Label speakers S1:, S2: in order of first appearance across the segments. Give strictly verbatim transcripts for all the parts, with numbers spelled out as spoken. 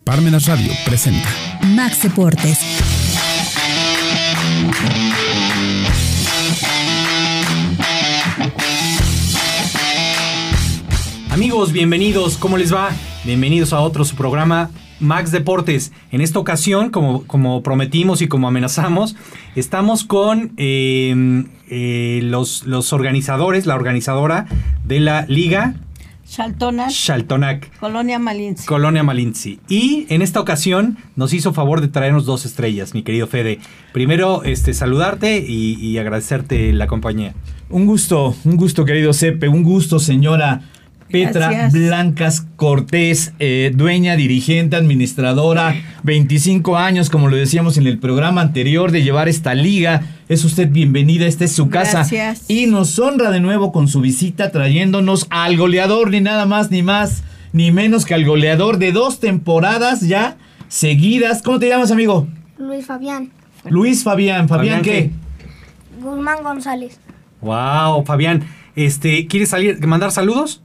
S1: Parmenas Radio presenta
S2: Max Deportes.
S3: Amigos, bienvenidos, ¿cómo les va? Bienvenidos a otro su programa Max Deportes. En esta ocasión, como, como prometimos y como amenazamos, estamos con eh, eh, los, los organizadores, la organizadora de la Liga
S4: Xaltonac,
S3: Xaltonac,
S4: Colonia Malinzi.
S3: Colonia Malinzi. Y en esta ocasión nos hizo favor de traernos dos estrellas, mi querido Fede. Primero, este, saludarte y, y agradecerte la compañía.
S5: Un gusto, un gusto, querido Sepe, un gusto, señora Petra
S4: Gracias.
S5: Blancas Cortés, eh, dueña, dirigente, administradora, veinticinco años, como lo decíamos en el programa anterior, de llevar esta liga. Es usted bienvenida, esta es su casa.
S4: Gracias.
S5: Y nos honra de nuevo con su visita, trayéndonos al goleador, ni nada más, ni más, ni menos que al goleador de dos temporadas ya seguidas. ¿Cómo te llamas, amigo?
S6: Luis Fabián.
S5: Luis Fabián. ¿Fabián,
S3: ¿Fabián
S5: qué?
S3: qué?
S6: Guzmán González.
S3: Wow, Fabián, este, ¿quieres salir, mandar saludos?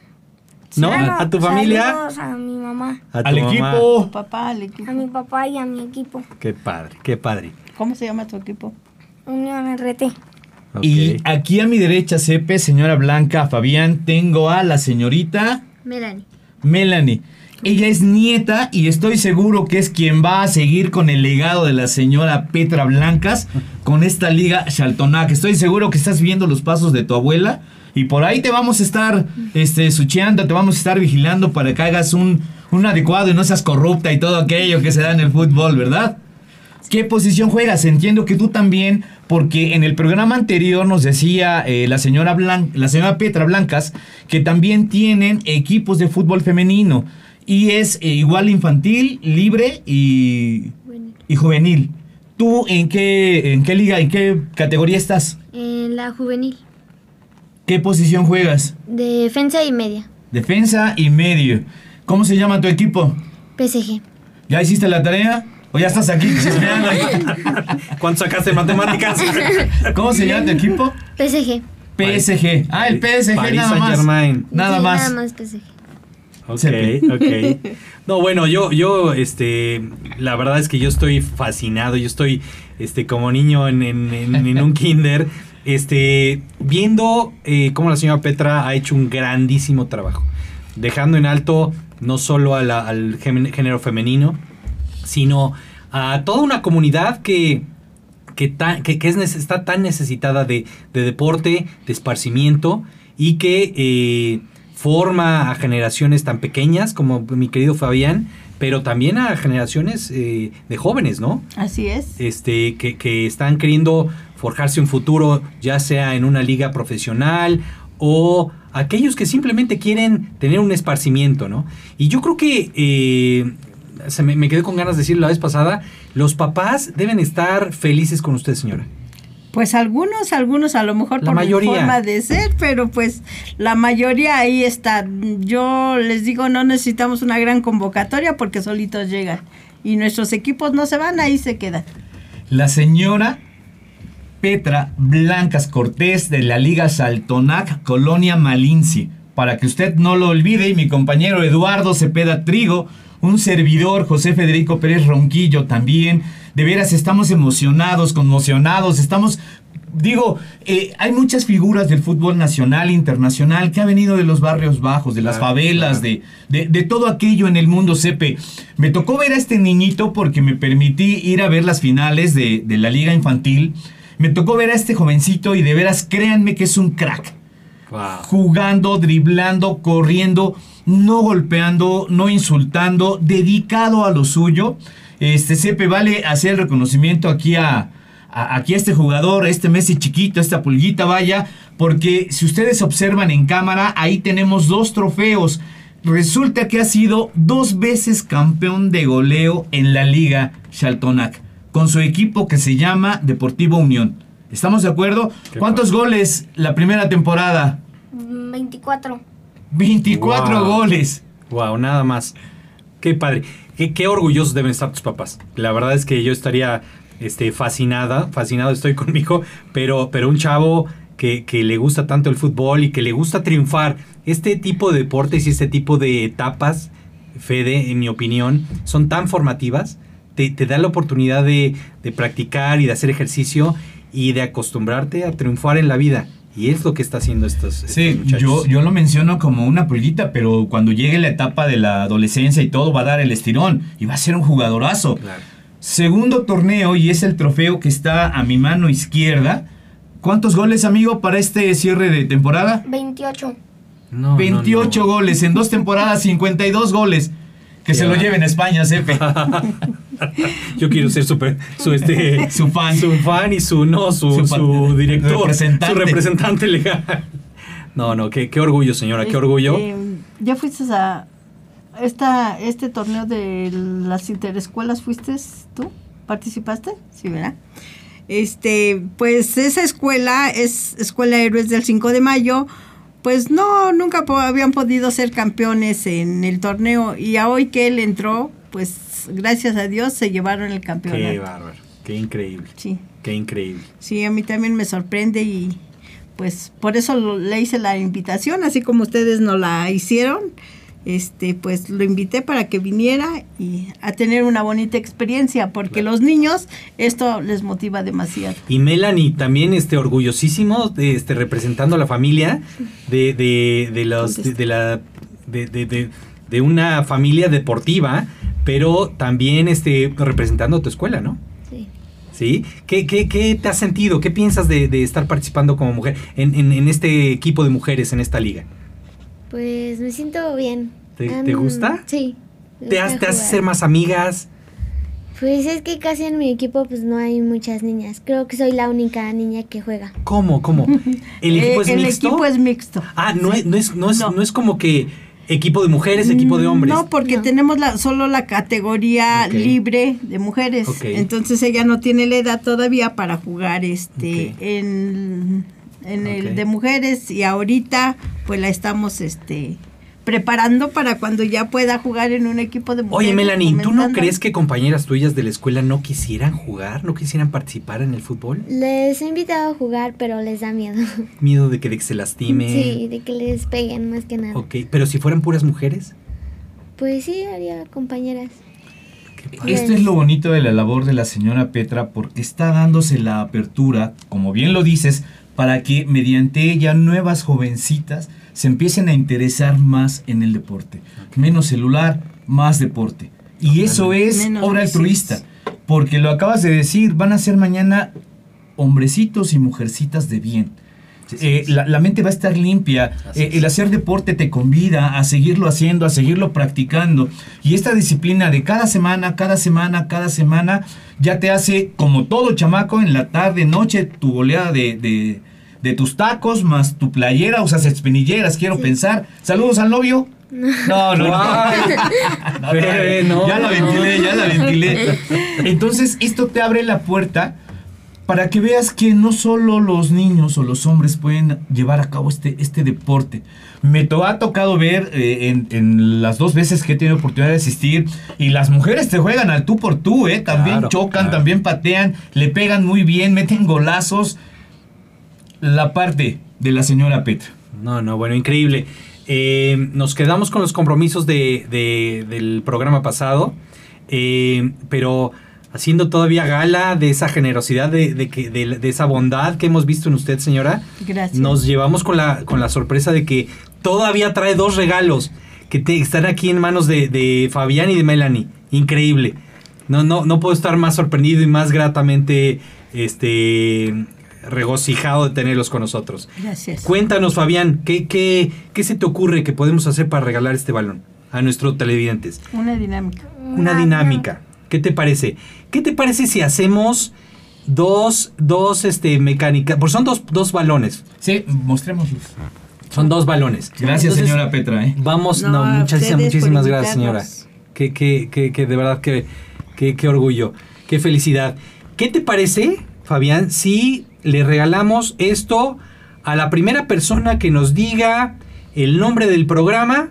S3: ¿No?
S6: Bueno,
S3: ¿A, a tu familia?
S6: Saludos a mi mamá,
S3: A tu
S5: Al
S3: mamá.
S5: equipo.
S4: Papá, al equipo.
S6: a mi papá y a mi equipo.
S3: Qué padre, qué padre.
S4: ¿Cómo se llama tu equipo?
S6: Unión R T.
S3: Ok.
S5: Y aquí a mi derecha, Sepe, señora Blanca, Fabián, tengo a la señorita
S6: Melanie.
S5: Melanie. Ella es nieta y estoy seguro que es quien va a seguir con el legado de la señora Petra Blancas con esta liga Xaltonac. Estoy seguro que estás viendo los pasos de tu abuela y por ahí te vamos a estar este, sucheando, te vamos a estar vigilando para que hagas un, un adecuado y no seas corrupta y todo aquello que se da en el fútbol, ¿verdad? ¿Qué posición juegas? Entiendo que tú también, porque en el programa anterior nos decía eh, la señora Blan- la señora Petra Blancas que también tienen equipos de fútbol femenino y es eh, igual infantil, libre y, y juvenil. ¿Tú en qué, en qué liga, en qué categoría estás?
S7: En la juvenil,
S5: ¿Qué posición juegas?
S7: defensa y media,
S5: Defensa y medio. ¿Cómo se llama tu equipo?
S7: P S G.
S5: ¿Ya hiciste la tarea? ¿O ya estás aquí chismeando?
S3: ¿Cuánto sacaste en matemáticas?
S5: ¿Cómo se llama tu equipo?
S7: P S G.
S5: P S G. Ah, el P S G
S3: Paris
S5: nada más.
S3: Saint-Germain.
S5: Nada
S7: Sí,
S5: más.
S7: Nada más P S G.
S3: Ok,
S5: Sepe.
S3: ok. No, bueno, yo, yo, este, la verdad es que yo estoy fascinado, yo estoy, este, como niño en, en, en, en un kinder, este, viendo eh, cómo la señora Petra ha hecho un grandísimo trabajo, dejando en alto no solo a la- al gem- género femenino, sino a toda una comunidad que, que, ta- que, que es, neces- está tan necesitada de, de deporte, de esparcimiento y que eh, forma a generaciones tan pequeñas como mi querido Fabián, pero también a generaciones eh, de jóvenes, ¿no?
S4: Así es.
S3: Este, que, que están queriendo forjarse un futuro, ya sea en una liga profesional o aquellos que simplemente quieren tener un esparcimiento, ¿no? Y yo creo que eh, se me, me quedé con ganas de decirlo la vez pasada, los papás deben estar felices con usted, señora.
S4: Pues algunos, algunos a lo mejor
S3: La
S4: por
S3: mayoría.
S4: mi forma de ser, pero pues la mayoría ahí está. Yo les digo, no necesitamos una gran convocatoria porque solitos llegan. Y nuestros equipos no se van, ahí se quedan.
S5: La señora Petra Blancas Cortés de la Liga Xaltonac, Colonia Malinzi. Para que usted no lo olvide, y mi compañero Eduardo Cepeda Trigo, un servidor, José Federico Pérez Ronquillo también. De veras, estamos emocionados, conmocionados, estamos... Digo, eh, hay muchas figuras del fútbol nacional, internacional, que ha venido de los barrios bajos, de las
S3: Claro,
S5: favelas,
S3: claro.
S5: de, de, de todo aquello en el mundo, Sepe. Me tocó ver a este niñito porque me permití ir a ver las finales de, de la liga infantil. Me tocó ver a este jovencito y de veras, créanme que es un crack.
S3: Wow.
S5: Jugando, driblando, corriendo, no golpeando, no insultando, dedicado a lo suyo. Este, Sepe, vale hacer el reconocimiento aquí a... aquí a este jugador, a este Messi chiquito, a esta pulguita, vaya, porque si ustedes observan en cámara, ahí tenemos dos trofeos. Resulta que ha sido dos veces campeón de goleo en la Liga Xaltonac, con su equipo que se llama Deportivo Unión. ¿Estamos de acuerdo?
S3: Qué
S5: ¿Cuántos
S3: padre.
S5: goles la primera temporada?
S6: veinticuatro.
S5: veinticuatro
S3: Wow.
S5: goles.
S3: Wow, nada más. Qué padre. Qué, qué orgullosos deben estar tus papás. La verdad es que yo estaría este, fascinada, fascinado estoy con mi hijo, pero, pero un chavo que, que le gusta tanto el fútbol y que le gusta triunfar. Este tipo de deportes y este tipo de etapas Fede, en mi opinión, son tan formativas, te, te da la oportunidad de, de practicar y de hacer ejercicio y de acostumbrarte a triunfar en la vida. Y es lo que está haciendo estos, estos
S5: Sí,
S3: muchachos.
S5: yo, yo lo menciono como una pruebita, pero cuando llegue la etapa de la adolescencia y todo, va a dar el estirón y va a ser un jugadorazo.
S3: Claro.
S5: Segundo torneo, y es el trofeo que está a mi mano izquierda. ¿Cuántos goles, amigo, para este cierre de temporada?
S6: veintiocho.
S3: No,
S5: veintiocho
S3: no, no.
S5: goles, en dos temporadas, cincuenta y dos goles. Que
S3: Qué
S5: se lo
S3: bárbaro.
S5: lleven a España, Cepe.
S3: Yo quiero ser super, su, este,
S5: Su fan.
S3: su fan y su, no, su,
S5: Su
S3: su,
S5: pa-
S3: director,
S5: representante.
S3: su representante legal. No, no, qué, qué orgullo, señora, qué orgullo.
S4: Eh, ¿Ya fuiste a esta, este torneo de las interescuelas? ¿Fuiste tú? ¿Participaste? Sí, ¿verdad? Este, pues esa escuela es Escuela Héroes del cinco de mayo. Pues no, nunca po- habían podido ser campeones en el torneo y a hoy que él entró, pues gracias a Dios se llevaron el campeonato.
S3: Qué bárbaro, qué increíble,
S4: Sí,
S3: qué increíble.
S4: sí, a mí también me sorprende y pues por eso lo- le hice la invitación, así como ustedes nos la hicieron, este, pues lo invité para que viniera y a tener una bonita experiencia, porque
S3: Claro.
S4: los niños esto les motiva demasiado.
S3: Y Melanie también este orgullosísimo de, este representando a la familia de de, de los de, de la de, de, de, de una familia deportiva, pero también este representando a tu escuela, ¿no?
S7: Sí.
S3: ¿Sí? ¿Qué, qué, qué te has sentido? ¿Qué piensas de, de estar participando como mujer en, en, en este equipo de mujeres en esta liga?
S7: Pues me siento bien.
S3: ¿Te- te gusta?
S7: Sí. me
S3: ¿Te,
S7: gusta
S3: has, te hace
S7: jugar.
S3: ser más amigas?
S7: Pues es que casi en mi equipo pues no hay muchas niñas. Creo que soy la única niña que juega.
S3: ¿Cómo? ¿Cómo? ¿El equipo
S4: Eh,
S3: es
S4: el
S3: mixto?
S4: equipo es mixto.
S3: Ah, no, es, no, es, no, es,
S4: No.
S3: no es como que equipo de mujeres, equipo de hombres.
S4: No, porque
S7: No.
S4: tenemos la, solo la categoría
S3: Ok.
S4: libre de mujeres.
S3: Ok.
S4: Entonces ella no tiene la edad todavía para jugar este
S3: Ok.
S4: en, en
S3: Ok.
S4: el de mujeres y ahorita pues la estamos este preparando para cuando ya pueda jugar en un equipo de mujeres.
S3: Oye, Melanie, ¿tú no
S4: fomentando.
S3: crees que compañeras tuyas de la escuela no quisieran jugar, no quisieran participar en el fútbol?
S7: Les he invitado a jugar, pero les da miedo.
S3: Miedo de que, de que se lastimen.
S7: Sí, de que les peguen más que nada.
S3: Ok, pero si fueran puras mujeres.
S7: Pues sí, haría compañeras.
S3: Qué padre.
S5: Esto es lo bonito de la labor de la señora Petra, porque está dándose la apertura, como bien lo dices, para que mediante ella nuevas jovencitas se empiecen a interesar más en el deporte. Menos celular, más deporte. Y eso es
S4: Menos
S5: obra
S4: vicios.
S5: altruista, porque lo acabas de decir, van a ser mañana hombrecitos y mujercitas de bien. Eh, la, la mente va a estar limpia.
S3: Así
S5: Eh,
S3: es.
S5: el hacer deporte te convida a seguirlo haciendo, a seguirlo practicando. Y esta disciplina de cada semana, cada semana, cada semana, ya te hace, como todo chamaco, en la tarde, noche, tu oleada de, de, de tus tacos, más tu playera, usas espinilleras, quiero
S7: Sí.
S5: pensar. Saludos al novio. No, no, no.
S3: Ay,
S5: No,
S3: Bebé,
S5: no,
S3: no,
S5: ya la
S3: no.
S5: ventilé, ya la ventilé. Entonces, esto te abre la puerta para que veas que no solo los niños o los hombres pueden llevar a cabo este, este deporte. Me to- ha tocado ver eh, en, en las dos veces que he tenido oportunidad de asistir, y las mujeres te juegan al tú por tú, ¿eh? También
S3: Claro,
S5: chocan,
S3: claro.
S5: también patean, le pegan muy bien, meten golazos. La parte de la señora Petra.
S3: No, no, bueno, increíble. Eh, nos quedamos con los compromisos de, de- del programa pasado, eh, pero haciendo todavía gala de esa generosidad, de, de, que, de, de esa bondad que hemos visto en usted, señora.
S4: Gracias.
S3: Nos llevamos con la, con la sorpresa de que todavía trae dos regalos que te, están aquí en manos de, de Fabián y de Melanie. Increíble. No, no, no puedo estar más sorprendido y más gratamente este, regocijado de tenerlos con nosotros.
S4: Gracias.
S3: Cuéntanos, Fabián, ¿qué, qué, ¿qué se te ocurre que podemos hacer para regalar este balón a nuestros televidentes?
S4: Una dinámica.
S3: Una dinámica. ¿Qué te parece? ¿Qué te parece si hacemos dos, dos este, mecánicas? Porque son dos, dos balones.
S5: Sí, mostrémoslos.
S3: Son dos balones.
S5: Gracias,
S3: Entonces,
S5: señora Petra, ¿eh?
S3: Vamos, no,
S4: No, a
S3: muchas,
S4: ustedes
S3: muchísimas
S4: por
S3: gracias, señora.
S4: invitarnos.
S3: Que, que, que, que de verdad que, que, que orgullo, qué felicidad. ¿Qué te parece, Fabián, si le regalamos esto a la primera persona que nos diga el nombre del programa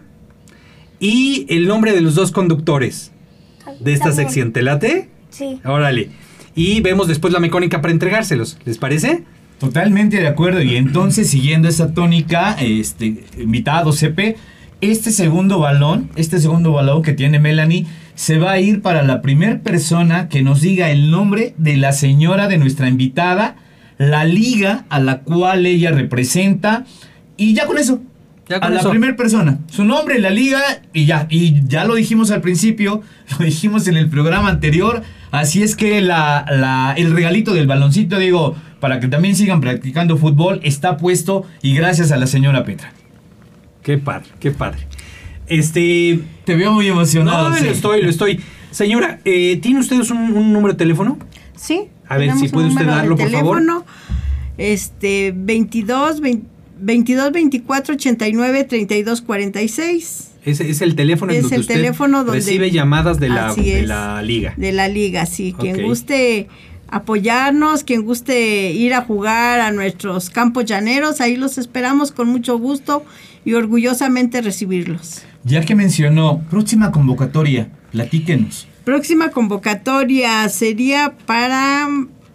S3: y el nombre de los dos conductores de esta
S6: También.
S3: sección? ¿Te late?
S6: Sí.
S3: Órale. Y vemos después la mecánica para entregárselos. ¿Les parece?
S5: Totalmente de acuerdo. Y entonces, siguiendo esa tónica, este, invitado C P, este segundo balón, este segundo balón que tiene Melanie, se va a ir para la primer persona que nos diga el nombre de la señora de nuestra invitada, la liga a la cual ella representa, y ya con eso,
S3: Ya con
S5: a
S3: eso.
S5: la primera persona, su nombre, la liga, y ya, y ya lo dijimos al principio, lo dijimos en el programa anterior, así es que la, la, el regalito del baloncito, digo, para que también sigan practicando fútbol, está puesto, y gracias a la señora Petra.
S3: Qué padre, qué padre. Este...
S5: Te veo muy emocionado.
S3: No,
S5: sí.
S3: lo estoy, lo estoy. Señora, eh, ¿tiene ustedes un, un número de teléfono?
S4: Sí.
S3: A ver,
S4: tenemos
S3: si puede
S4: un
S3: usted
S4: número de
S3: darlo, por favor.
S4: teléfono, Este, veintidós, veinticuatro, ochenta y nueve, treinta y dos, cuarenta y seis.
S3: Ese es el teléfono en
S4: Es
S3: donde
S4: el
S3: usted
S4: teléfono donde-
S3: recibe llamadas de la,
S4: Así
S3: de
S4: es.
S3: la liga.
S4: De la liga, sí. Quien
S3: Ok.
S4: guste apoyarnos, quien guste ir a jugar a nuestros campos llaneros, ahí los esperamos con mucho gusto y orgullosamente recibirlos.
S5: Ya que mencionó, próxima convocatoria, platíquenos.
S4: Próxima convocatoria sería para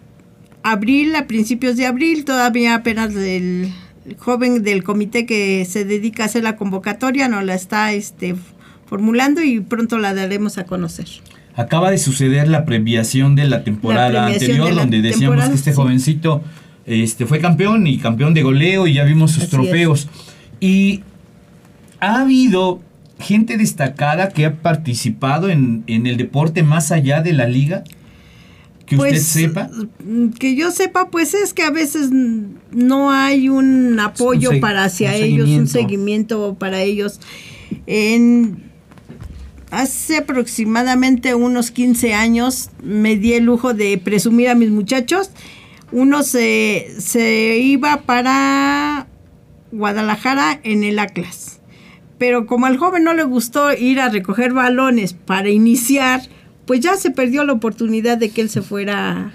S4: abril, a principios de abril, todavía apenas el joven del comité que se dedica a hacer la convocatoria nos la está este, formulando y pronto la daremos a conocer.
S5: Acaba de suceder la premiación de la temporada
S4: La premiación
S5: anterior,
S4: de la
S5: donde decíamos
S4: temporada,
S5: que este
S4: sí.
S5: jovencito este, fue campeón y campeón de goleo y ya vimos sus
S4: Así
S5: trofeos. Y ha habido gente destacada que ha participado en, en el deporte más allá de la liga, que usted sepa.
S4: mm, Que yo sepa, pues es que a veces mm, no hay un apoyo
S3: Un seg-
S4: para hacia
S3: un
S4: ellos, un
S3: seguimiento.
S4: seguimiento para ellos. En, hace aproximadamente unos quince años me di el lujo de presumir a mis muchachos. Uno se, se iba para Guadalajara en el Atlas. Pero como al joven no le gustó ir a recoger balones para iniciar, pues ya se perdió la oportunidad de que él se fuera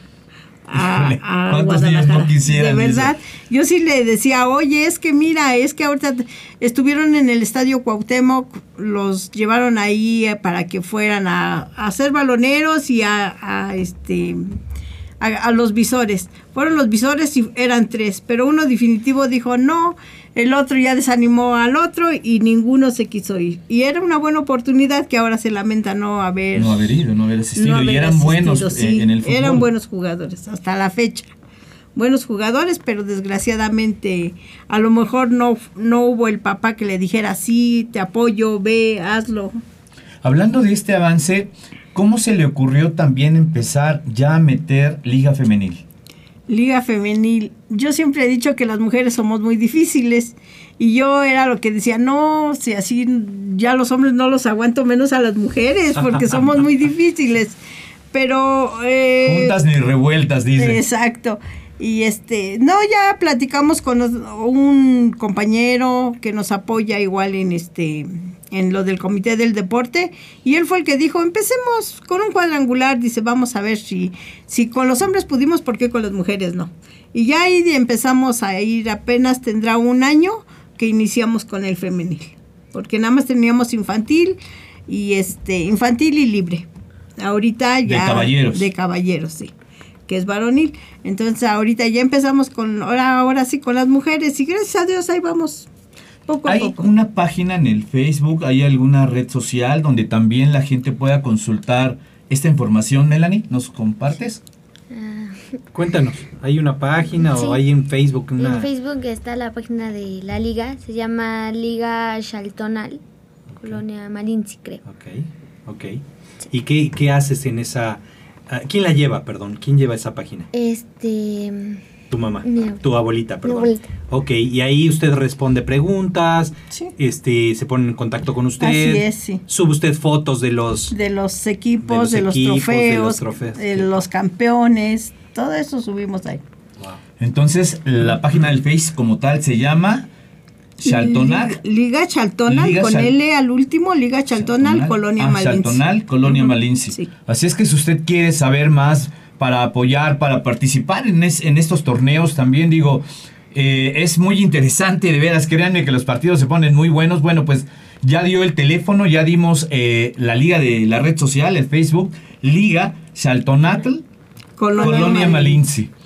S4: a,
S5: Híjole,
S4: a
S5: ¿cuántos niños
S4: Guadalajara.
S5: no quisieran
S4: De
S5: eso?
S4: verdad, yo sí le decía, oye, es que mira, es que ahorita estuvieron en el Estadio Cuauhtémoc, los llevaron ahí eh, para que fueran a, a ser baloneros y a, a, este... A, a los visores. Fueron los visores y eran tres, pero uno definitivo dijo no, el otro ya desanimó al otro y ninguno se quiso ir. Y era una buena oportunidad que ahora se lamenta no haber,
S5: No haber ido, no haber asistido.
S4: no haber
S5: y eran
S4: asistido,
S5: buenos eh,
S4: sí,
S5: en el fútbol.
S4: eran buenos jugadores hasta la fecha. Buenos jugadores, pero desgraciadamente a lo mejor no, no hubo el papá que le dijera sí, te apoyo, ve, hazlo.
S5: Hablando de este avance, ¿cómo se le ocurrió también empezar ya a meter Liga Femenil?
S4: Liga Femenil. Yo siempre he dicho que las mujeres somos muy difíciles y yo era lo que decía, no, si así ya los hombres no los aguanto, menos a las mujeres porque somos muy difíciles. Pero... Eh,
S5: Juntas ni revueltas, dice.
S4: Exacto. Y este, no, ya platicamos con los- un compañero que nos apoya igual en este, en lo del comité del deporte, y él fue el que dijo, empecemos con un cuadrangular, dice, vamos a ver si, si con los hombres pudimos, ¿por qué con las mujeres no? Y ya ahí empezamos a ir, apenas tendrá un año que iniciamos con el femenil, porque nada más teníamos infantil y este, infantil y libre. Ahorita ya.
S5: De caballeros.
S4: De caballeros, sí. Que es varonil. Entonces ahorita ya empezamos con, ahora, ahora sí con las mujeres y gracias a Dios ahí vamos, poco a
S5: ¿Hay
S4: poco.
S5: una página en el Facebook, hay alguna red social donde también la gente pueda consultar esta información, Melanie? ¿Nos compartes?
S7: Ah,
S3: Cuéntanos, ¿hay una página
S7: Sí.
S3: o hay en Facebook una...?
S7: En Facebook está la página de la liga, se llama Liga Chaltonal, Colonia Malinzi, creo.
S3: Ok, ok. ¿Y qué, qué haces en esa...? ah, ¿Quién la lleva, perdón? ¿Quién lleva esa página?
S7: Este,
S3: Tu mamá.
S7: Mi abuela.
S3: Tu abuelita, perdón.
S7: abuelita.
S3: Ok, y ahí usted responde preguntas,
S4: Sí.
S3: este, se pone en contacto con usted.
S4: Así es, sí.
S3: Sube usted fotos de los...
S4: De los equipos,
S3: De
S4: de
S3: los
S4: los,
S3: equipos, de
S4: trofeos,
S3: los trofeos.
S4: de los campeones, todo eso subimos ahí.
S3: Wow.
S5: Entonces, la página del Face como tal se llama Chaltonal.
S4: Liga Chaltonal,
S5: Liga
S4: con
S5: Chal-
S4: L al último, Liga Chaltonal, Colonia
S5: ah,
S4: Malinzi.
S5: Chaltonal, Colonia
S4: Ujú,
S5: Malinzi.
S4: sí.
S5: Así es que si usted quiere saber más para apoyar, para participar en, es- en estos torneos también, digo, eh, es muy interesante, de veras, créanme que los partidos se ponen muy buenos. Bueno, pues ya dio el teléfono, ya dimos eh, la liga de la red social, el Facebook, Liga Chaltonatl,
S4: Colonia,
S5: Colonia
S4: Malinzi.
S5: Malinzi.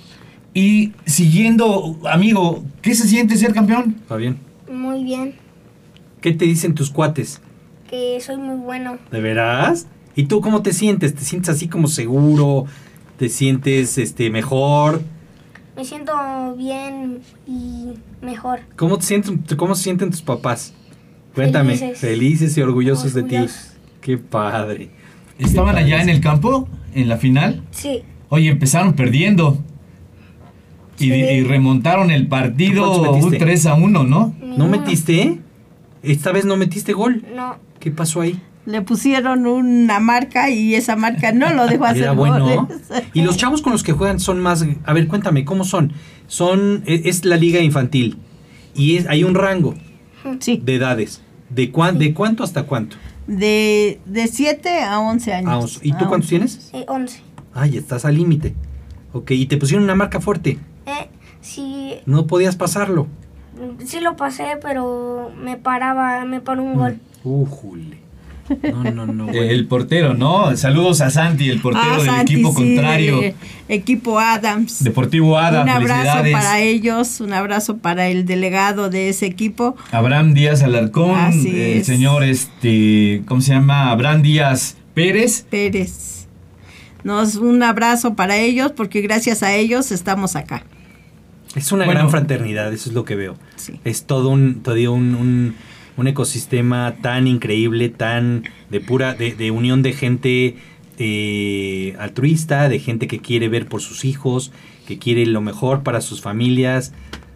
S5: Y siguiendo, amigo, ¿qué se siente ser campeón?
S3: ¿Está bien?
S6: Muy bien.
S3: ¿Qué te dicen tus cuates?
S6: Que soy muy bueno.
S3: ¿De veras? ¿Y tú cómo te sientes? ¿Te sientes así como seguro? ¿Te sientes este mejor?
S6: Me siento bien y mejor.
S3: ¿Cómo te sienten, cómo se sienten tus papás? Cuéntame.
S6: Felices.
S3: Felices y orgullosos, de
S6: Orgullosos.
S3: ti. Qué padre.
S5: ¿Estaban
S3: Qué
S5: allá
S3: padre.
S5: en el campo, en la final?
S6: Sí.
S5: Oye, empezaron perdiendo. Y,
S6: Sí.
S5: y remontaron el
S3: ¿Tú
S5: partido
S3: cuántos
S5: un
S3: metiste?
S5: tres a uno, ¿no?
S3: ¿No
S6: Ninguno.
S3: metiste? Esta vez no metiste gol.
S6: No.
S3: ¿Qué pasó ahí?
S4: Le pusieron una marca y esa marca no lo dejó hacer
S3: Era bueno.
S4: goles.
S3: Y los chavos con los que juegan son más... A ver, cuéntame, ¿cómo son? Son e- es la liga infantil. Y es, hay un rango
S4: Sí,
S3: de edades. ¿De, cuán, ¿De cuánto hasta cuánto?
S4: de, de siete a once años.
S3: Ah, once. ¿Y tú
S4: Ah,
S3: cuántos tienes?
S6: Eh, once.
S3: Ay, estás al límite. Ok, y te pusieron una marca fuerte.
S6: Eh, sí,
S3: No podías pasarlo.
S6: sí lo pasé, pero me paraba, me paró un gol.
S3: Újule. No, no, no.
S5: Eh,
S3: güey.
S5: El portero, ¿no? Saludos a Santi, el portero
S4: Ah,
S5: del
S4: Santi,
S5: equipo
S4: sí,
S5: contrario.
S4: de equipo Adams.
S5: Deportivo Ada,
S4: un abrazo
S5: felicidades.
S4: para ellos, un abrazo para el delegado de ese equipo.
S5: Abraham Díaz Alarcón,
S4: Así
S5: el
S4: es.
S5: señor, este, ¿cómo se llama? Abraham Díaz Pérez.
S4: Pérez. Nos un abrazo para ellos porque gracias a ellos estamos acá.
S3: Es una
S5: Bueno.
S3: gran fraternidad, eso es lo que veo.
S4: Sí.
S3: Es todo un, todo un, un, un ecosistema tan increíble, tan de pura, de, de unión de gente eh, altruista, de gente que quiere ver por sus hijos, que quiere lo mejor para sus familias.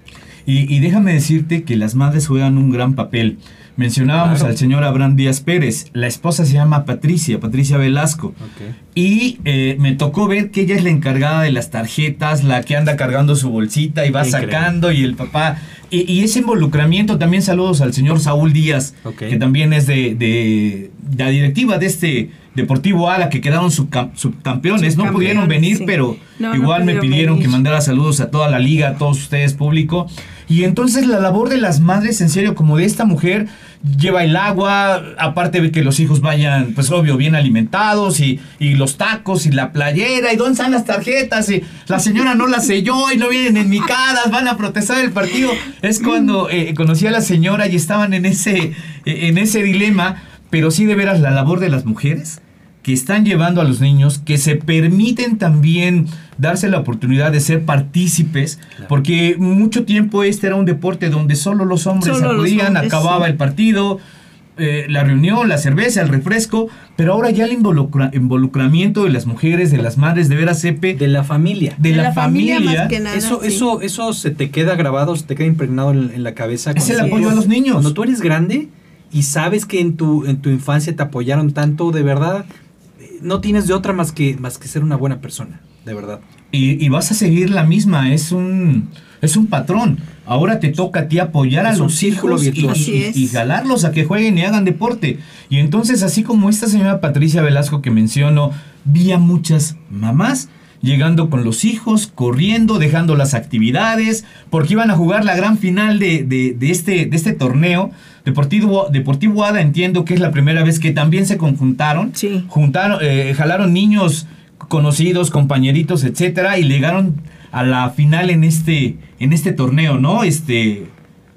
S5: Y, y déjame decirte que las madres juegan un gran papel. Mencionábamos
S3: Claro.
S5: al señor Abraham Díaz Pérez. La esposa se llama Patricia, Patricia Velasco.
S3: Okay.
S5: Y eh, me tocó ver que ella es la encargada de las tarjetas, la que anda cargando su bolsita y va
S3: Qué increíble.
S5: sacando y el papá. Y, y ese involucramiento, también saludos al señor Saúl Díaz,
S3: Ok.
S5: que también es de, de, de la directiva de este Deportivo Ala, que quedaron subcam- subcampeones. No
S4: Subcampeones,
S5: pudieron venir,
S4: sí.
S5: pero
S4: No, no
S5: igual me
S4: pudieron
S5: pidieron
S4: venir.
S5: que mandara saludos a toda la liga, a todos ustedes, público. Y entonces la labor de las madres, en serio, como de esta mujer, lleva el agua, aparte de que los hijos vayan, pues obvio, bien alimentados, y, y los tacos, y la playera, y dónde están las tarjetas, y la señora no las selló, y no vienen enmicadas, van a protestar el partido. Es cuando eh, conocí a la señora y estaban en ese, eh, en ese dilema, pero sí de veras la labor de las mujeres que están llevando a los niños, que se permiten también darse la oportunidad de ser partícipes,
S3: Claro.
S5: porque mucho tiempo este era un deporte donde solo los hombres
S4: Solo los
S5: acudían,
S4: hombres,
S5: acababa
S4: sí.
S5: el partido, eh, la reunión, la cerveza, el refresco, pero ahora ya el involucra- involucramiento de las mujeres, de las madres, de veras, Epe,
S3: De la familia.
S5: de, la, familia,
S4: más que nada.
S3: Eso,
S4: sí.
S3: eso, eso se te queda grabado, se te queda impregnado en, en la cabeza.
S5: es el
S3: cuando-
S5: apoyo a los niños.
S3: Cuando tú eres grande y sabes que en tu, en tu infancia te apoyaron tanto, de verdad, eh, no tienes de otra más que, más que ser una buena persona, de verdad.
S5: Y, y vas a seguir la misma, es un es un patrón. Ahora te toca a ti apoyar a
S3: Es un
S5: los
S3: círculo
S5: hijos y,
S3: virtuoso.
S4: Así
S5: y-
S4: es.
S5: y jalarlos a que jueguen y hagan deporte. Y entonces, así como esta señora Patricia Velasco que menciono, vi a muchas mamás llegando con los hijos, corriendo, dejando las actividades, porque iban a jugar la gran final de, de- de este, de este torneo. Deportivo, Deportivo Ada, entiendo que es la primera vez que también se conjuntaron.
S4: Sí.
S5: Juntaron, eh, jalaron niños conocidos, compañeritos, etcétera, y llegaron a la final en este, en este torneo, ¿no? Este,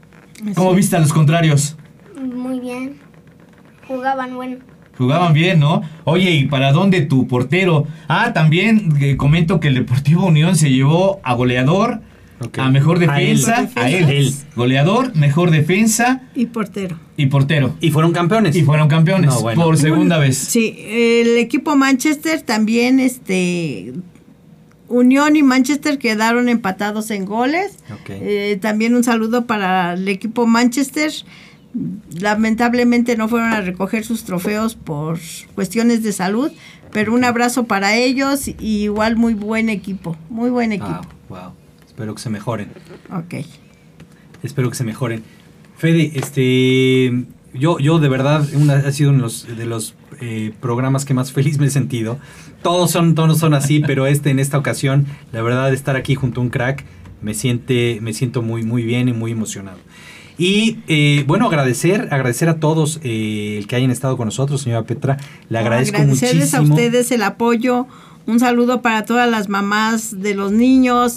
S5: ¿cómo
S4: Sí.
S5: viste a los contrarios?
S6: Muy bien. Jugaban bueno.
S5: Jugaban bien, ¿no? Oye, ¿y para dónde tu portero? Ah, también eh, comento que el Deportivo Unión se llevó a goleador,
S3: Ok.
S5: a mejor
S3: A él.
S5: defensa, a él,
S3: A él.
S5: Goleador, mejor defensa
S4: Y portero.
S5: y portero.
S3: Y fueron campeones.
S5: Y fueron campeones
S3: No, bueno.
S5: por segunda vez.
S4: Sí, el equipo Manchester también, este, Unión y Manchester quedaron empatados en goles.
S3: Ok.
S4: Eh, también un saludo para el equipo Manchester. Lamentablemente no fueron a recoger sus trofeos por cuestiones de salud, pero un abrazo para ellos y igual muy buen equipo, muy buen equipo.
S3: Wow, wow. Espero que se mejoren.
S4: Ok.
S3: Espero que se mejoren. Fede, este, yo, yo de verdad una, ha sido uno de los, de los eh, programas que más feliz me he sentido. Todos son, todos son así, pero este en esta ocasión, la verdad, estar aquí junto a un crack me siente, me siento muy, muy bien y muy emocionado. Y eh, bueno, agradecer, agradecer a todos eh, el que hayan estado con nosotros, señora Petra. Le agradezco
S4: Agradecerles
S3: muchísimo.
S4: a ustedes el apoyo. Un saludo para todas las mamás de los niños.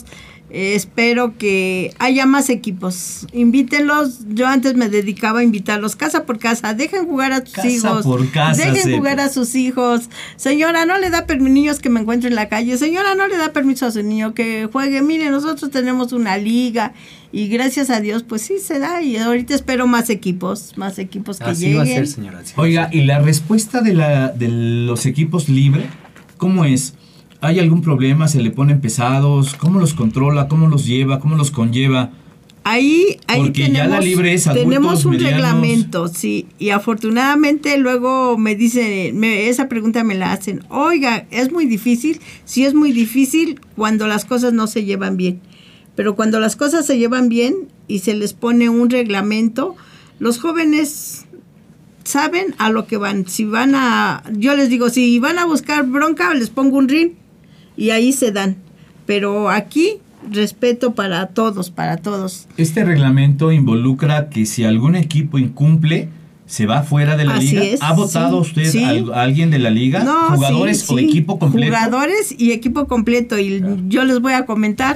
S4: Eh, espero que haya más equipos. Invítenlos. Yo antes me dedicaba a invitarlos casa por casa. Dejen jugar a sus
S5: Casa
S4: hijos.
S5: por casa,
S4: Dejen
S5: Cepe.
S4: jugar a sus hijos. Señora, no le da permiso niños que me encuentro en la calle. Señora, no le da permiso a su niño que juegue. Mire, nosotros tenemos una liga y gracias a Dios, pues sí se da. Y ahorita espero más equipos, más equipos que
S3: Así
S4: lleguen.
S3: va a ser, señora. así va a
S5: Oiga,
S3: ser.
S5: ¿y la respuesta de, la, de los equipos libre, cómo es? ¿Hay algún problema? ¿Se le ponen pesados? ¿Cómo los controla? ¿Cómo los lleva? ¿Cómo los conlleva?
S4: Ahí, ahí
S5: Porque ya
S4: tenemos,
S5: la libre es adultos,
S4: tenemos un
S5: medianos.
S4: reglamento, sí, y afortunadamente luego me dicen, me, esa pregunta me la hacen, oiga, es muy difícil, sí es muy difícil cuando las cosas no se llevan bien, pero cuando las cosas se llevan bien y se les pone un reglamento, los jóvenes saben a lo que van. Si van a, yo les digo, si van a buscar bronca, les pongo un ring y ahí se dan. Pero aquí, respeto para todos, para todos.
S5: Este reglamento involucra que si algún equipo incumple, se va fuera de la
S4: Así
S5: liga.
S4: es,
S5: ¿Ha votado
S4: sí,
S5: usted
S4: sí.
S5: a, a alguien de la liga?
S4: No,
S5: ¿Jugadores
S4: sí,
S5: o
S4: sí.
S5: equipo completo?
S4: Jugadores y equipo completo. Y yo les voy a comentar,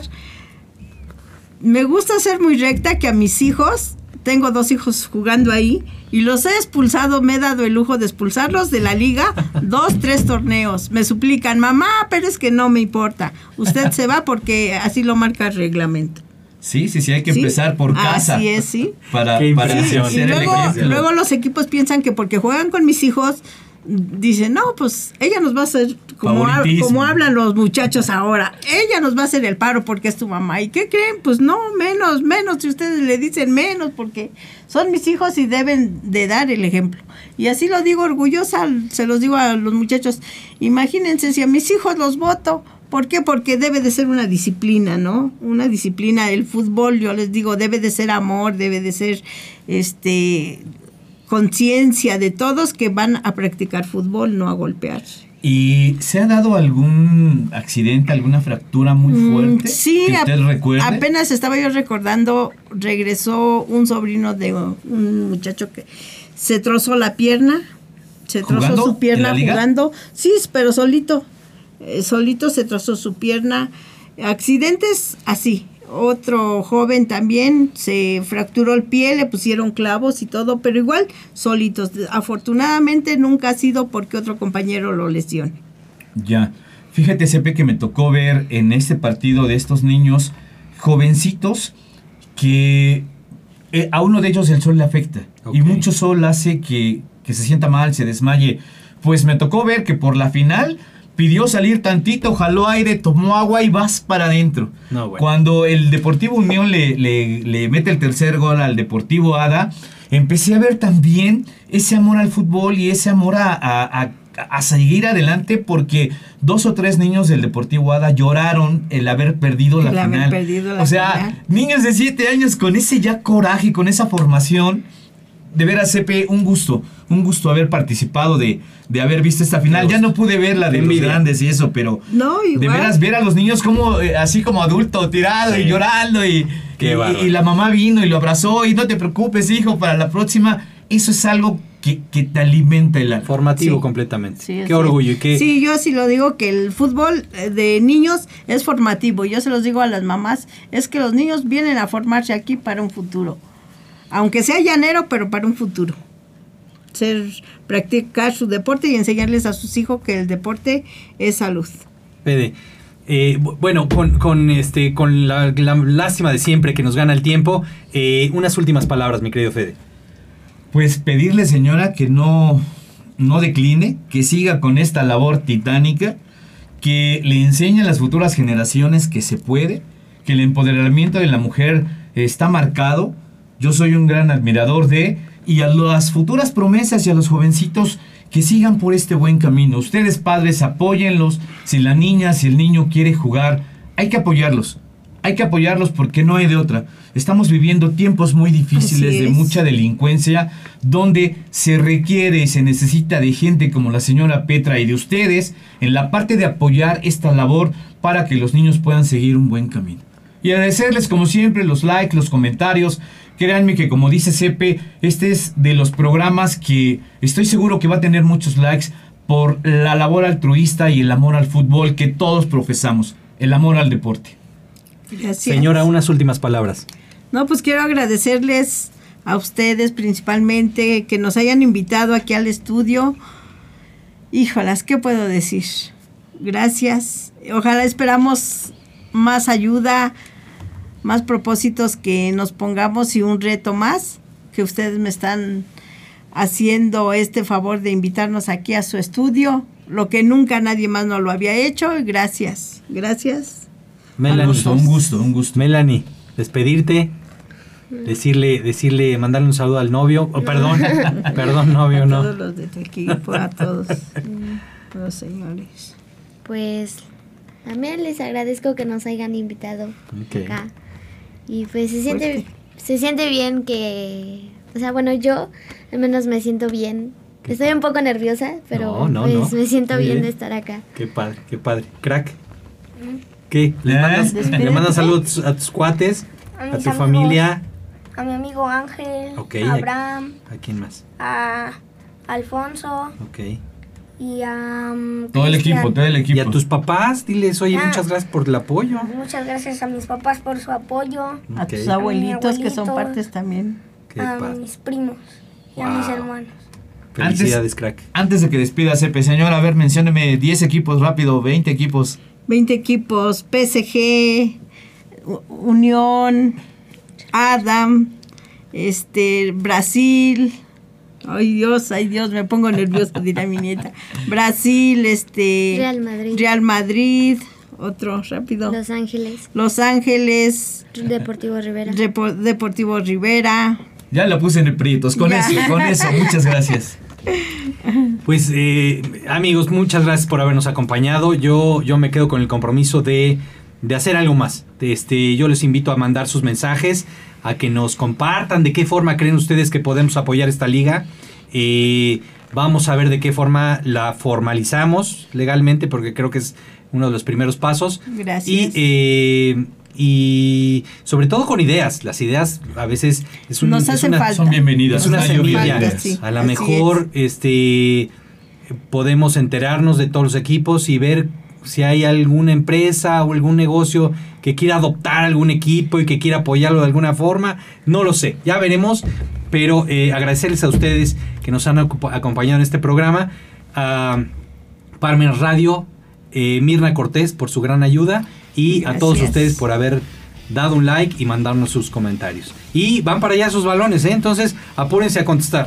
S4: me gusta ser muy recta, que a mis hijos, tengo dos hijos jugando ahí, y los he expulsado, me he dado el lujo de expulsarlos de la liga, dos, tres torneos. Me suplican, mamá, pero es que no me importa. Usted se va porque así lo marca el reglamento.
S5: Sí, sí, sí, hay que
S4: ¿Sí?
S5: empezar por casa.
S4: Así es, sí.
S5: Para,
S3: Qué
S5: para
S3: impresión.
S5: hacer
S4: Y
S5: el
S4: luego,
S5: ejemplo.
S4: luego los equipos piensan que porque juegan con mis hijos, dicen, no, pues ella nos va a hacer, como, ha-
S5: Favoritismo.
S4: como hablan los muchachos ahora, ella nos va a hacer el paro porque es tu mamá. ¿Y qué creen? Pues no, menos, menos, si ustedes le dicen menos, porque son mis hijos y deben de dar el ejemplo. Y así lo digo orgullosa, se los digo a los muchachos, imagínense si a mis hijos los voto. ¿Por qué? Porque debe de ser una disciplina, ¿no? Una disciplina. El fútbol, yo les digo, debe de ser amor, debe de ser este conciencia de todos que van a practicar fútbol, no a golpearse.
S5: ¿Y se ha dado algún accidente, alguna fractura muy
S4: Mm,
S5: fuerte?
S4: sí,
S5: que usted
S4: ap-
S5: recuerde.
S4: apenas estaba yo recordando, regresó un sobrino de un muchacho que se trozó la pierna, se trozó
S5: ¿Jugando
S4: su pierna
S5: en la liga?
S4: jugando, sí, pero solito, eh, solito se trozó su pierna. Accidentes así. Otro joven también se fracturó el pie, le pusieron clavos y todo, pero igual solitos. Afortunadamente nunca ha sido porque otro compañero lo lesione.
S5: Ya. Fíjate, Cepe, que me tocó ver en este partido de estos niños jovencitos que eh, a uno de ellos el sol le afecta.
S3: Ok.
S5: Y mucho sol hace que, que se sienta mal, se desmaye. Pues me tocó ver que por la final pidió salir tantito, jaló aire, tomó agua y vas para adentro.
S3: No, bueno.
S5: Cuando el Deportivo Unión le, le, le mete el tercer gol al Deportivo Ada, empecé a ver también ese amor al fútbol y ese amor a, a, a, a seguir adelante, porque dos o tres niños del Deportivo Ada lloraron el haber perdido la
S4: El haber
S5: final.
S4: perdido la
S5: o sea,
S4: final.
S5: niños de siete años con ese ya coraje, con esa formación. De veras, Cepe, un gusto, un gusto haber participado de, de haber visto esta final. Ya no pude ver la de los
S3: Envidia.
S5: grandes y eso, pero
S4: No,
S5: de
S4: igual.
S5: veras ver a los niños como eh, así como adulto, tirado
S3: Sí.
S5: y llorando y,
S3: Qué
S5: y-
S3: bárbaro.
S5: y la mamá vino y lo abrazó y no te preocupes, hijo, para la próxima. Eso es algo que, que te alimenta el alma.
S3: Formativo
S4: Sí.
S3: completamente.
S4: Sí, así
S3: qué orgullo.
S4: es.
S3: Y qué,
S4: Sí, yo sí lo digo, que el fútbol eh, de niños es formativo. Yo se los digo a las mamás, es que los niños vienen a formarse aquí para un futuro. Aunque sea llanero, pero para un futuro. Ser, practicar su deporte y enseñarles a sus hijos que el deporte es salud.
S3: Fede, eh, bu- bueno, con, con este, con la, la lástima de siempre que nos gana el tiempo, eh, unas últimas palabras, mi querido Fede.
S5: Pues pedirle, señora, que no, no decline, que siga con esta labor titánica, que le enseñe a las futuras generaciones que se puede, que el empoderamiento de la mujer está marcado. Yo soy un gran admirador de, y a las futuras promesas y a los jovencitos que sigan por este buen camino. Ustedes, padres, apóyenlos. Si la niña, si el niño quiere jugar, hay que apoyarlos. Hay que apoyarlos porque no hay de otra. Estamos viviendo tiempos muy difíciles,
S4: Así
S5: de
S4: es.
S5: mucha delincuencia, donde se requiere y se necesita de gente como la señora Petra y de ustedes en la parte de apoyar esta labor para que los niños puedan seguir un buen camino. Y agradecerles como siempre los likes, los comentarios. Créanme que, como dice Cepe, este es de los programas que estoy seguro que va a tener muchos likes por la labor altruista y el amor al fútbol que todos profesamos, el amor al deporte.
S4: Gracias.
S3: Señora, unas últimas palabras.
S4: No, pues quiero agradecerles a ustedes principalmente que nos hayan invitado aquí al estudio. Híjolas, ¿qué puedo decir? Gracias. Ojalá esperamos más ayuda, más propósitos que nos pongamos y un reto más, que ustedes me están haciendo este favor de invitarnos aquí a su estudio, lo que nunca nadie más nos lo había hecho. Gracias, gracias.
S3: Melanie,
S5: Un gusto, un gusto, un gusto.
S3: Melanie, despedirte, decirle, decirle, mandarle un saludo al novio, oh, perdón, perdón, novio,
S4: A
S3: no.
S4: todos los de tu equipo, a todos los señores.
S7: Pues también les agradezco que nos hayan invitado
S3: Ok.
S7: acá. Y pues se siente,
S4: Fuerte.
S7: se siente bien que, o sea, bueno, yo al menos me siento bien. Estoy un poco nerviosa, pero
S3: No, no,
S7: pues
S3: no.
S7: me siento
S3: Muy
S7: bien
S3: bien.
S7: de estar acá.
S3: Qué padre, qué padre. Crack. ¿Qué? ¿Le
S5: ¿Eh?
S3: mandas, le
S4: Despídete.
S3: mandas saludos a tus cuates,
S6: A
S3: a
S6: mis
S3: tu
S6: amigos.
S3: familia?
S6: A mi amigo Ángel,
S3: Ok,
S6: a
S3: a-
S6: Abraham,
S3: ¿A quién más?
S6: a Alfonso
S3: Ok.
S6: y a um,
S5: Todo el
S6: Cristian.
S5: equipo, todo el equipo.
S3: Y a tus papás, diles, oye,
S6: Ah.
S3: muchas gracias por el apoyo.
S6: Muchas gracias a mis papás por su apoyo,
S4: A
S3: Ok.
S4: tus abuelitos que son
S6: abuelitos.
S4: partes también.
S3: Qué
S6: a
S3: padre.
S6: mis primos y a mis
S3: Wow.
S6: hermanos.
S3: Felicidades, crack.
S5: Antes de que despida, Cepe, señor, a ver, mencióneme diez equipos rápido, veinte equipos.
S4: veinte equipos, P S G, U- Unión, Adam, este, Brasil. Ay Dios, ay Dios, me pongo nerviosa, dirá mi nieta. Brasil, este,
S7: Real Madrid.
S4: Real Madrid, otro rápido.
S7: Los Ángeles,
S4: Los Ángeles,
S7: Deportivo Rivera.
S4: Repo- Deportivo Rivera.
S5: Ya lo puse en el prietos, con
S4: Ya.
S5: eso, con eso, muchas gracias.
S3: Pues eh, amigos, muchas gracias por habernos acompañado. Yo, yo me quedo con el compromiso de, de hacer algo más. Este, yo les invito a mandar sus mensajes, a que nos compartan de qué forma creen ustedes que podemos apoyar esta liga. Eh, vamos a ver de qué forma la formalizamos legalmente, porque creo que es uno de los primeros pasos.
S4: Gracias.
S3: Y, eh, y sobre todo con ideas. Las ideas a veces es, un,
S4: Nos
S3: es
S4: hacen
S3: una,
S4: falta.
S5: Son bienvenidas.
S3: es una
S5: Está
S3: semilla.
S5: lloviendo.
S4: Falta, sí.
S3: A lo
S4: Así
S3: mejor este podemos enterarnos de todos los equipos y ver si hay alguna empresa o algún negocio que quiera adoptar algún equipo y que quiera apoyarlo de alguna forma. No lo sé, ya veremos. Pero eh, agradecerles a ustedes que nos han ocupa- acompañado en este programa. A Parmen Radio, eh, Mirna Cortés por su gran ayuda. Y
S4: Gracias.
S3: a todos ustedes por haber dado un like y mandarnos sus comentarios. Y van para allá sus balones, ¿eh? Entonces apúrense a contestar.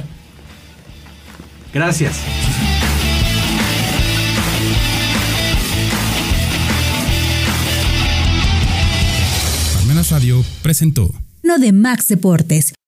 S3: Gracias.
S1: Parmenas Radio presentó
S2: No de Max Deportes.